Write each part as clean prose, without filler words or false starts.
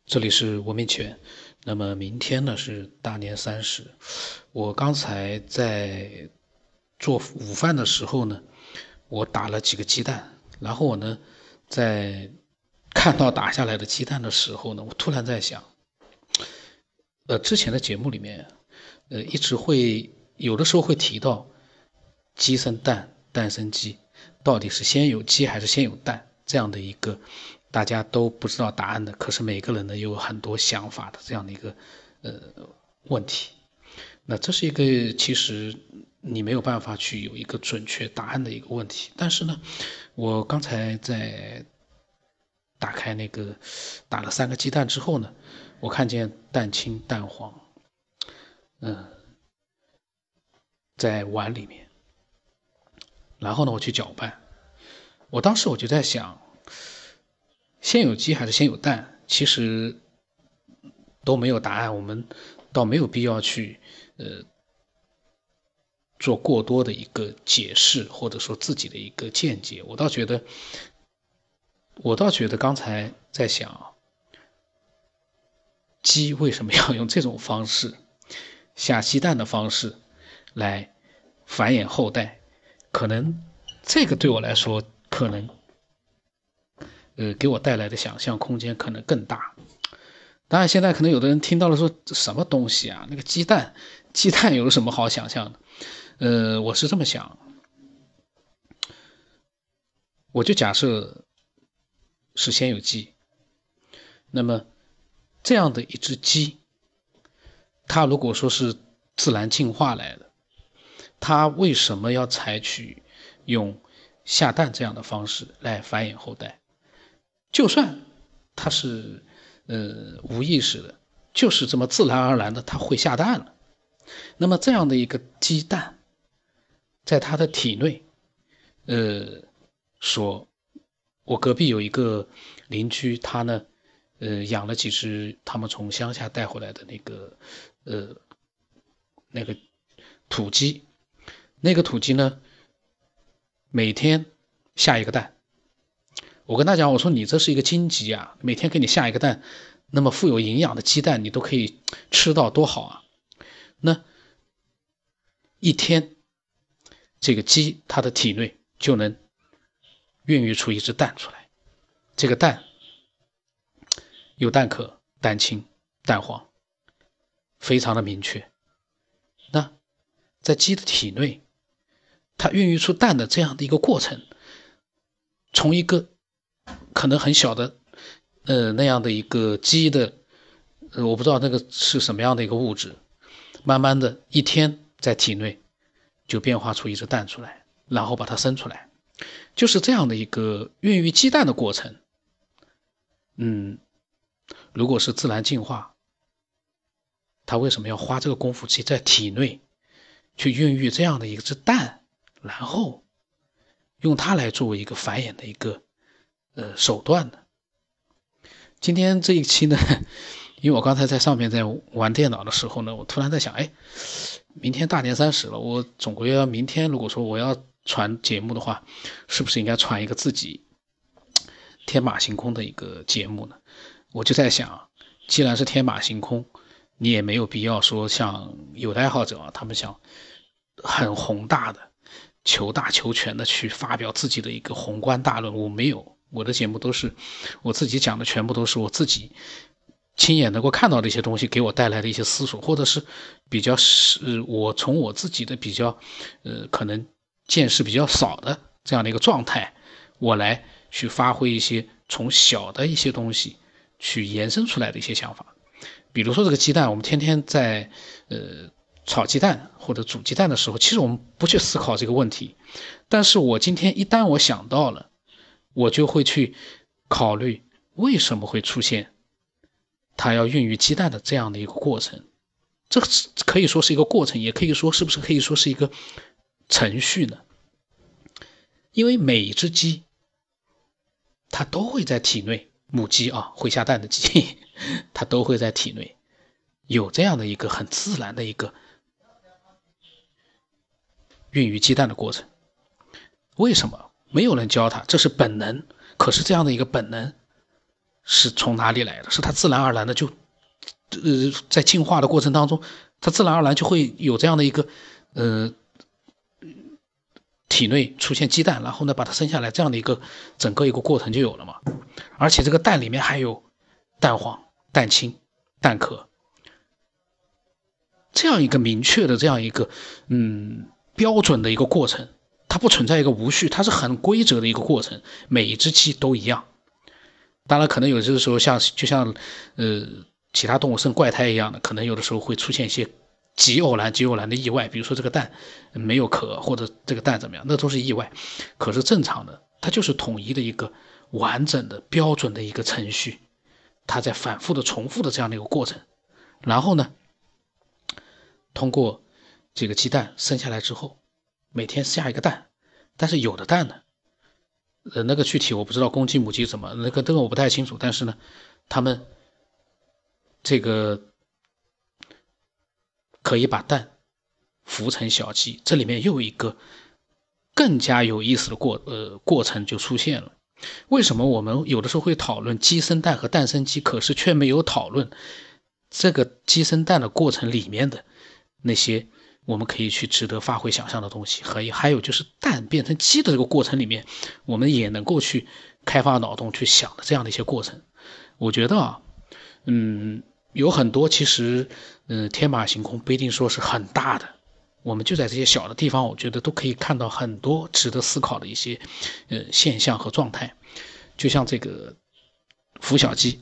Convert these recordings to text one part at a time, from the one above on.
这里是文明犬。那么明天呢是大年30，我刚才在做午饭的时候呢，我打了几个鸡蛋，然后我呢在看到打下来的鸡蛋的时候呢，我突然在想，之前的节目里面，一直会有的时候会提到鸡生蛋，蛋生鸡，到底是先有鸡还是先有蛋这样的一个大家都不知道答案的，可是每个人呢又有很多想法的这样的一个呃问题。那这是一个其实你没有办法去有一个准确答案的一个问题。但是呢，我刚才在打开那个打了3个鸡蛋之后呢，我看见蛋清蛋黄，在碗里面，然后呢我去搅拌。当时我就在想，先有鸡还是先有蛋，其实都没有答案，我们倒没有必要去做过多的一个解释，或者说自己的一个见解。我倒觉得刚才在想，鸡为什么要用这种方式，下鸡蛋的方式来繁衍后代？可能这个对我来说，可能给我带来的想象空间可能更大。当然，现在可能有的人听到了说什么东西啊？那个鸡蛋有什么好想象的？我是这么想，我就假设是先有鸡，那么这样的一只鸡，它如果说是自然进化来的，它为什么要采取用下蛋这样的方式来繁衍后代？就算它是无意识的，就是这么自然而然的，它会下蛋了。那么这样的一个鸡蛋，在它的体内，说，我隔壁有一个邻居，他呢，养了几只他们从乡下带回来的那个土鸡，那个土鸡呢，每天下一个蛋。我跟他讲，我说你这是一个金鸡啊，每天给你下一个蛋，那么富有营养的鸡蛋你都可以吃到，多好啊！那一天，这个鸡它的体内就能孕育出一只蛋出来，这个蛋有蛋壳、蛋清、蛋黄，非常的明确。那在鸡的体内，它孕育出蛋的这样的一个过程，从一个可能很小的那样的一个鸡的我不知道那个是什么样的一个物质，慢慢的一天在体内就变化出一只蛋出来，然后把它生出来，就是这样的一个孕育鸡蛋的过程。如果是自然进化，它为什么要花这个功夫去在体内去孕育这样的一只蛋，然后用它来作为一个繁衍的一个手段呢？今天这一期呢，因为我刚才在上面在玩电脑的时候呢，我突然在想，明天大年30了，我总归要明天如果说我要传节目的话，是不是应该传一个自己天马行空的一个节目呢？我就在想，既然是天马行空，你也没有必要说像有的爱好者啊，他们想很宏大的、求大求全的去发表自己的一个宏观大论。我没有，我的节目都是我自己讲的，全部都是我自己亲眼能够看到的一些东西，给我带来的一些思索，或者是比较我从我自己的比较可能见识比较少的这样的一个状态，我来去发挥一些从小的一些东西去延伸出来的一些想法。比如说这个鸡蛋，我们天天在炒鸡蛋或者煮鸡蛋的时候，其实我们不去思考这个问题，但是我今天一旦我想到了，我就会去考虑为什么会出现它要孕育鸡蛋的这样的一个过程。这个可以说是一个过程，也可以说是不是可以说是一个程序呢？因为每一只鸡它都会在体内，母鸡啊，会下蛋的鸡它都会在体内有这样的一个很自然的一个孕育鸡蛋的过程。为什么没有人教它？这是本能。可是这样的一个本能是从哪里来的？是它自然而然的就在进化的过程当中，它自然而然就会有这样的一个体内出现鸡蛋，然后呢把它生下来，这样的一个整个一个过程就有了嘛。而且这个蛋里面还有蛋黄、蛋清、蛋壳，这样一个明确的这样一个标准的一个过程，它不存在一个无序，它是很规则的一个过程，每一只鸡都一样。当然可能有些时候就像其他动物生怪胎一样的，可能有的时候会出现一些极偶然的意外，比如说这个蛋没有壳，或者这个蛋怎么样，那都是意外。可是正常的，它就是统一的一个完整的标准的一个程序，它在反复的重复的这样的一个过程。然后呢，通过这个鸡蛋生下来之后，每天下一个蛋，但是有的蛋呢，那个具体我不知道公鸡母鸡怎么，这个我不太清楚，但是呢，他们这个可以把蛋孵成小鸡，这里面又有一个更加有意思的过程就出现了。为什么我们有的时候会讨论鸡生蛋和蛋生鸡，可是却没有讨论这个鸡生蛋的过程里面的那些我们可以去值得发挥想象的东西，还有就是蛋变成鸡的这个过程里面，我们也能够去开发脑洞去想的这样的一些过程。我觉得啊，有很多其实天马行空，不一定说是很大的，我们就在这些小的地方，我觉得都可以看到很多值得思考的一些现象和状态。就像这个孵小鸡，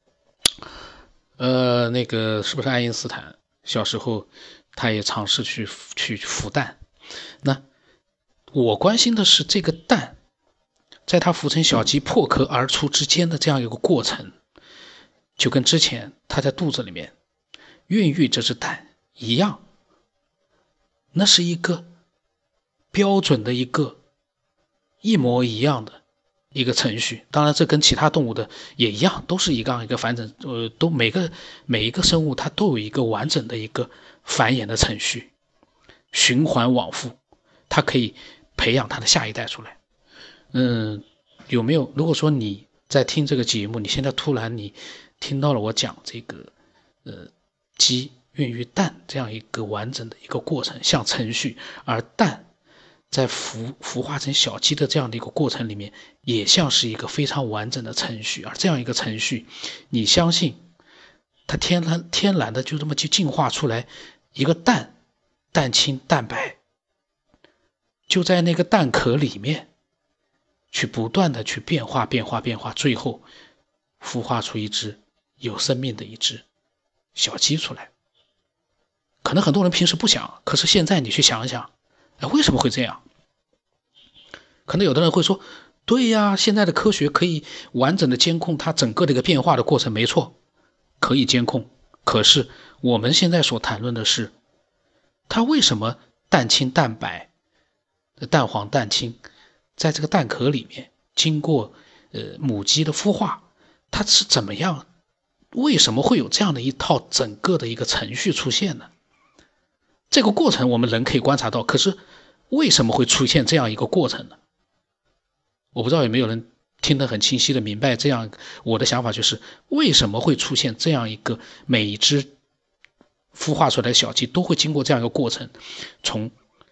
那个是不是爱因斯坦小时候他也尝试去孵蛋？那我关心的是这个蛋在它孵成小鸡破壳而出之间的这样一个过程，就跟之前它在肚子里面孕育这只蛋一样，那是一个标准的一模一样的一个程序。当然这跟其他动物的也一样，都是一个完整都每一个生物它都有一个完整的一个繁衍的程序，循环往复，它可以培养它的下一代出来。有没有，如果说你在听这个节目，你现在突然你听到了我讲这个鸡孕育蛋这样一个完整的一个过程，像程序，而蛋在孵化成小鸡的这样的一个过程里面，也像是一个非常完整的程序。而这样一个程序，你相信它天然的就这么去进化出来一个蛋清蛋白，就在那个蛋壳里面去不断的去变化，最后孵化出一只有生命的一只小鸡出来。可能很多人平时不想，可是现在你去想一想，为什么会这样？可能有的人会说，对呀，现在的科学可以完整的监控它整个的一个变化的过程，没错，可以监控。可是我们现在所谈论的是，它为什么蛋清蛋白、蛋黄蛋清在这个蛋壳里面经过母鸡的孵化，它是怎么样？为什么会有这样的一套整个的一个程序出现呢？这个过程我们人可以观察到，可是为什么会出现这样一个过程呢？我不知道有没有人听得很清晰的明白，这样我的想法就是为什么会出现这样一个每一只孵化出来的小鸡都会经过这样一个过程，从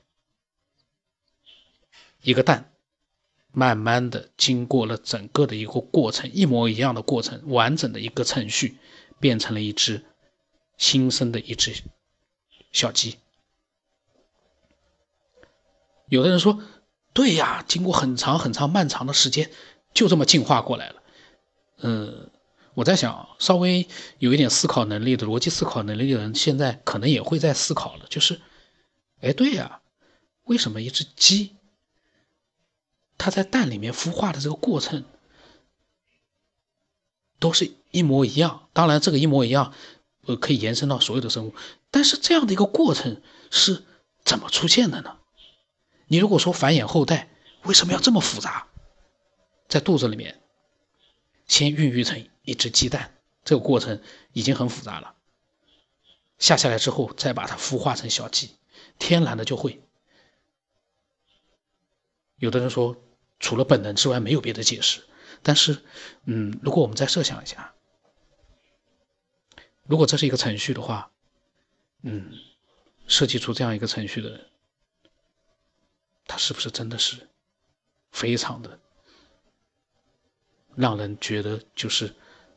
一个蛋慢慢的经过了整个的一个过程，一模一样的过程，完整的一个程序，变成了一只新生的一只小鸡。有的人说，对呀，经过很长漫长的时间，就这么进化过来了。我在想，稍微有一点思考能力的逻辑思考能力的人，现在可能也会在思考了，就是，对呀，为什么一只鸡，它在蛋里面孵化的这个过程，都是一模一样？当然，这个一模一样，可以延伸到所有的生物，但是这样的一个过程是怎么出现的呢？你如果说繁衍后代，为什么要这么复杂？在肚子里面先孕育成一只鸡蛋，这个过程已经很复杂了，下来之后再把它孵化成小鸡，天然的就会。有的人说除了本能之外没有别的解释， 但是如果我们再设想一下，如果这是一个程序的话，设计出这样一个程序的人，他是不是真的是非常的让人觉得就是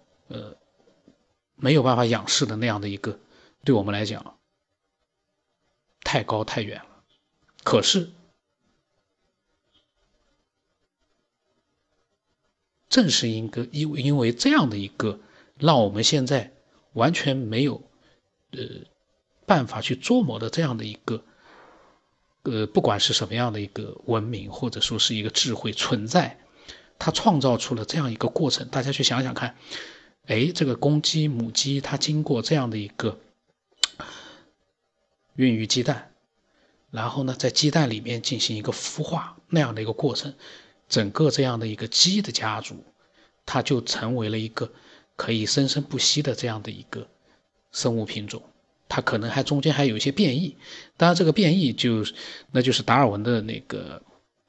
没有办法仰视的那样的一个，对我们来讲太高太远了。可是正是因为这样的一个让我们现在完全没有办法去琢磨的这样的一个不管是什么样的一个文明或者说是一个智慧存在，它创造出了这样一个过程。大家去想想看，这个公鸡母鸡它经过这样的一个孕育鸡蛋，然后呢在鸡蛋里面进行一个孵化那样的一个过程，整个这样的一个鸡的家族，它就成为了一个可以生生不息的这样的一个生物品种。它可能中间还有一些变异，当然这个变异那就是达尔文的那个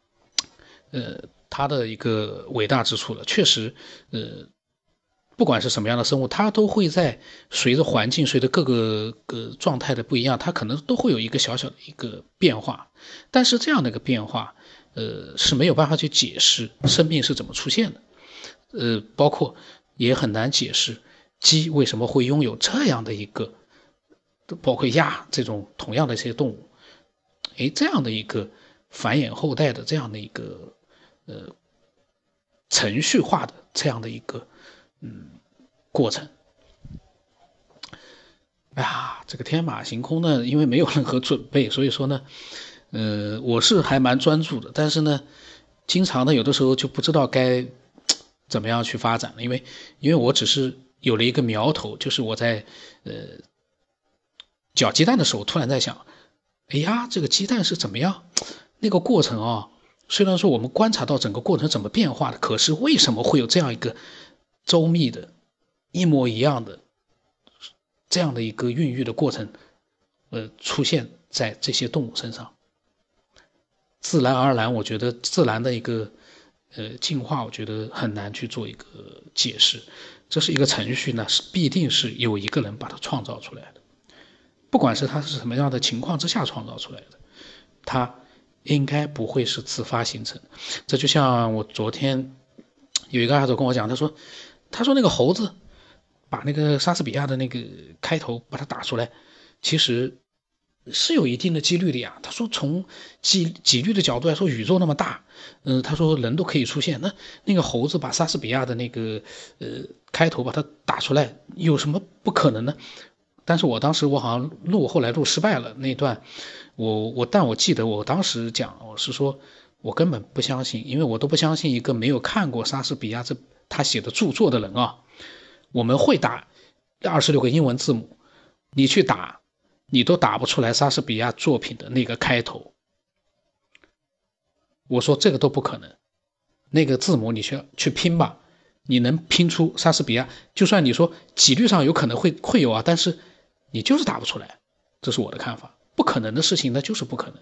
他的一个伟大之处了。确实不管是什么样的生物，它都会在随着环境随着各个状态的不一样，它可能都会有一个小小的一个变化，但是这样的一个变化是没有办法去解释生命是怎么出现的，包括也很难解释鸡为什么会拥有这样的一个，包括鸭这种同样的一些动物，这样的一个繁衍后代的这样的一个程序化的这样的一个过程。这个天马行空呢，因为没有任何准备，所以说呢我是还蛮专注的，但是呢经常呢有的时候就不知道该怎么样去发展了，因为我只是有了一个苗头，就是我在搅鸡蛋的时候突然在想，这个鸡蛋是怎么样那个过程虽然说我们观察到整个过程怎么变化的，可是为什么会有这样一个周密的一模一样的这样的一个孕育的过程出现在这些动物身上。自然而然，我觉得自然的一个进化，我觉得很难去做一个解释。这是一个程序呢，必定是有一个人把它创造出来的，不管是它是什么样的情况之下创造出来的，它应该不会是自发形成。这就像我昨天有一个阿祖跟我讲，他说那个猴子把那个莎士比亚的那个开头把它打出来，其实是有一定的几率的呀。他说从几率的角度来说，宇宙那么大，他说人都可以出现，那个猴子把莎士比亚的那个开头把它打出来，有什么不可能呢？但是我当时我好像后来录失败了那段，但我记得我当时讲，我是说我根本不相信，因为我都不相信一个没有看过莎士比亚他写的著作的人我们会打26个英文字母，你去打你都打不出来莎士比亚作品的那个开头。我说这个都不可能，那个字母你去拼吧，你能拼出莎士比亚，就算你说几率上有可能会有但是你就是打不出来，这是我的看法。不可能的事情那就是不可能。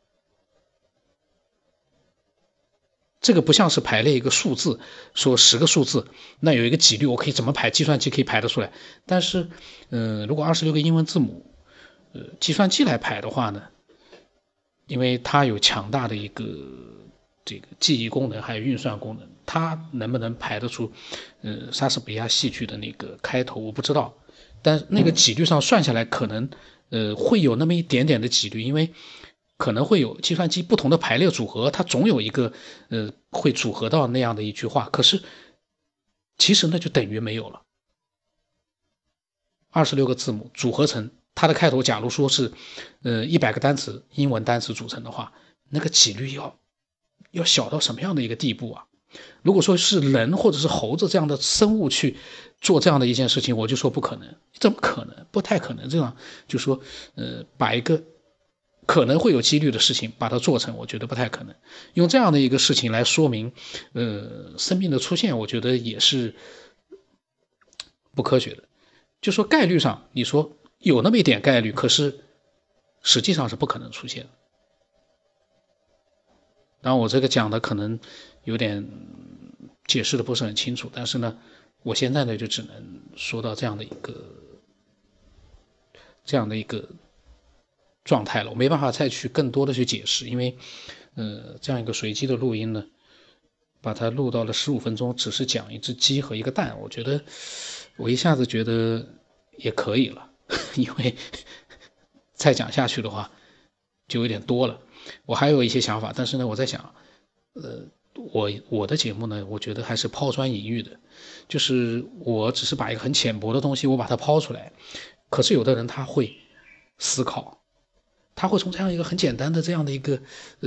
这个不像是排列一个数字，说10个数字，那有一个几率我可以怎么排，计算机可以排得出来。但是如果26个英文字母计算机来排的话呢，因为它有强大的一个这个记忆功能还有运算功能，它能不能排得出莎士比亚戏剧的那个开头我不知道，但那个几率上算下来可能会有那么一点点的几率，因为可能会有计算机不同的排列组合，它总有一个会组合到那样的一句话，可是其实那就等于没有了。26个字母组合成它的开头，假如说是100个单词英文单词组成的话，那个几率要小到什么样的一个地步啊？如果说是人或者是猴子这样的生物去做这样的一件事情，我就说不可能，怎么可能？不太可能。这样就说把一个可能会有几率的事情把它做成，我觉得不太可能。用这样的一个事情来说明生命的出现，我觉得也是不科学的。就说概率上你说有那么一点概率，可是实际上是不可能出现的。当然我这个讲的可能有点解释的不是很清楚，但是呢，我现在呢就只能说到这样的一个状态了，我没办法再去更多的去解释，因为这样一个随机的录音呢，把它录到了15分钟，只是讲一只鸡和一个蛋，我觉得我一下子觉得也可以了，因为再讲下去的话就有点多了。我还有一些想法，但是呢，我在想，我的节目呢，我觉得还是抛砖引玉的，就是我只是把一个很浅薄的东西我把它抛出来，可是有的人他会思考，他会从这样一个很简单的这样的一个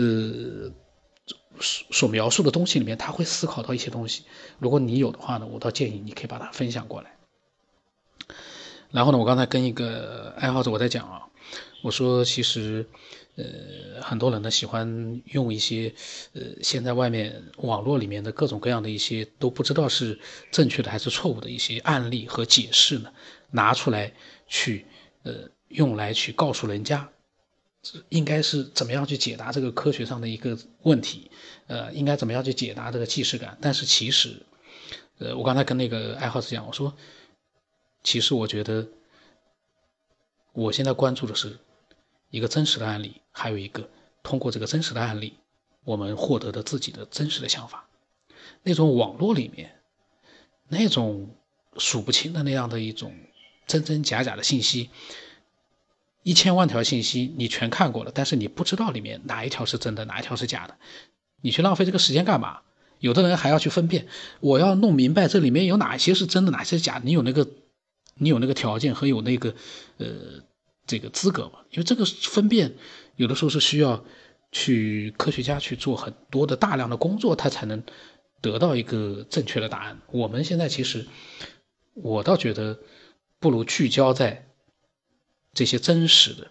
所描述的东西里面，他会思考到一些东西。如果你有的话呢，我倒建议你可以把它分享过来。然后呢，我刚才跟一个爱好者我在讲啊，我说其实很多人呢喜欢用一些现在外面网络里面的各种各样的一些都不知道是正确的还是错误的一些案例和解释呢，拿出来去用来去告诉人家应该是怎么样去解答这个科学上的一个问题，应该怎么样去解答这个既视感。但是其实我刚才跟那个爱好者讲，我说其实我觉得我现在关注的是一个真实的案例，还有一个通过这个真实的案例我们获得的自己的真实的想法。那种网络里面那种数不清的那样的一种真真假假的信息，1000万条信息你全看过了，但是你不知道里面哪一条是真的哪一条是假的，你去浪费这个时间干嘛？有的人还要去分辨，我要弄明白这里面有哪些是真的哪些是假的，你有那个条件和有那个这个资格吗？因为这个分辨有的时候是需要去科学家去做很多的大量的工作，他才能得到一个正确的答案。我们现在其实我倒觉得不如聚焦在这些真实的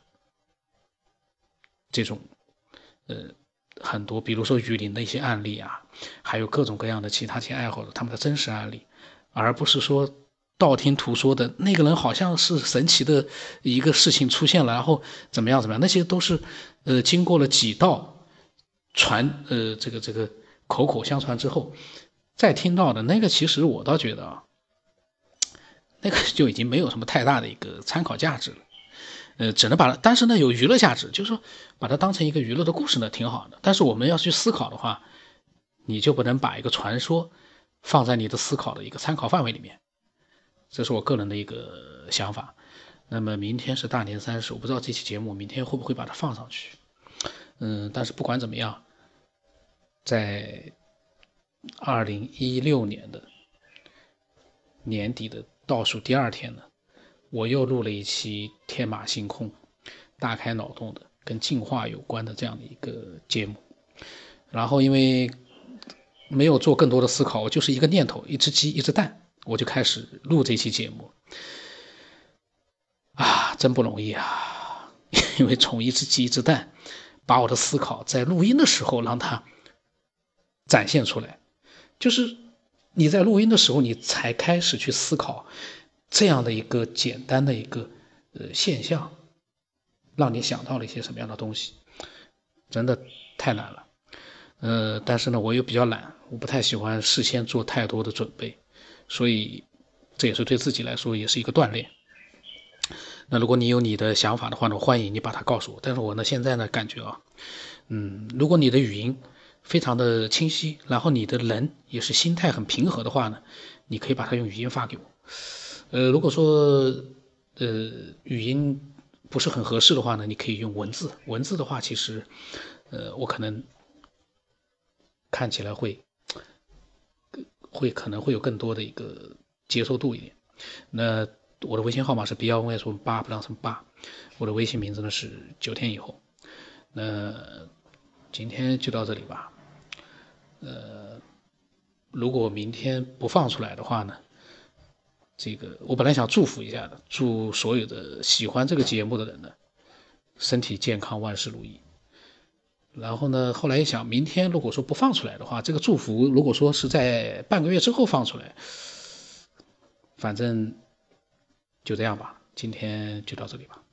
这种很多比如说雨林的一些案例啊，还有各种各样的其他些爱好者他们的真实案例，而不是说道听途说的那个人好像是神奇的一个事情出现了，然后怎么样，那些都是经过了几道这个口口相传之后再听到的那个，其实我倒觉得啊，那个就已经没有什么太大的一个参考价值了。只能把它，但是呢有娱乐价值，就是说把它当成一个娱乐的故事呢挺好的。但是我们要去思考的话，你就不能把一个传说放在你的思考的一个参考范围里面。这是我个人的一个想法。那么明天是大年30，我不知道这期节目明天会不会把它放上去。但是不管怎么样，在2016年的年底的倒数第2天呢，我又录了一期天马行空、大开脑洞的跟进化有关的这样的一个节目。然后因为没有做更多的思考，我就是一个念头，一只鸡一只蛋，我就开始录这期节目啊，真不容易啊！因为从一只鸡一只蛋，把我的思考在录音的时候让它展现出来，就是你在录音的时候，你才开始去思考这样的一个简单的一个现象，让你想到了一些什么样的东西，真的太难了。但是呢，我又比较懒，我不太喜欢事先做太多的准备，所以这也是对自己来说也是一个锻炼。那如果你有你的想法的话呢，欢迎你把它告诉我。但是我呢现在呢感觉啊，如果你的语音非常的清晰，然后你的人也是心态很平和的话呢，你可以把它用语音发给我。如果说语音不是很合适的话呢，你可以用文字。文字的话，其实我可能看起来可能会有更多的一个接受度一点。那我的微信号码是 B158不让什么8，我的微信名字呢是9天以后。那今天就到这里吧。如果明天不放出来的话呢，这个我本来想祝福一下的，祝所有的喜欢这个节目的人呢，身体健康，万事如意。然后呢，后来一想，明天如果说不放出来的话，这个祝福如果说是在半个月之后放出来，反正就这样吧，今天就到这里吧。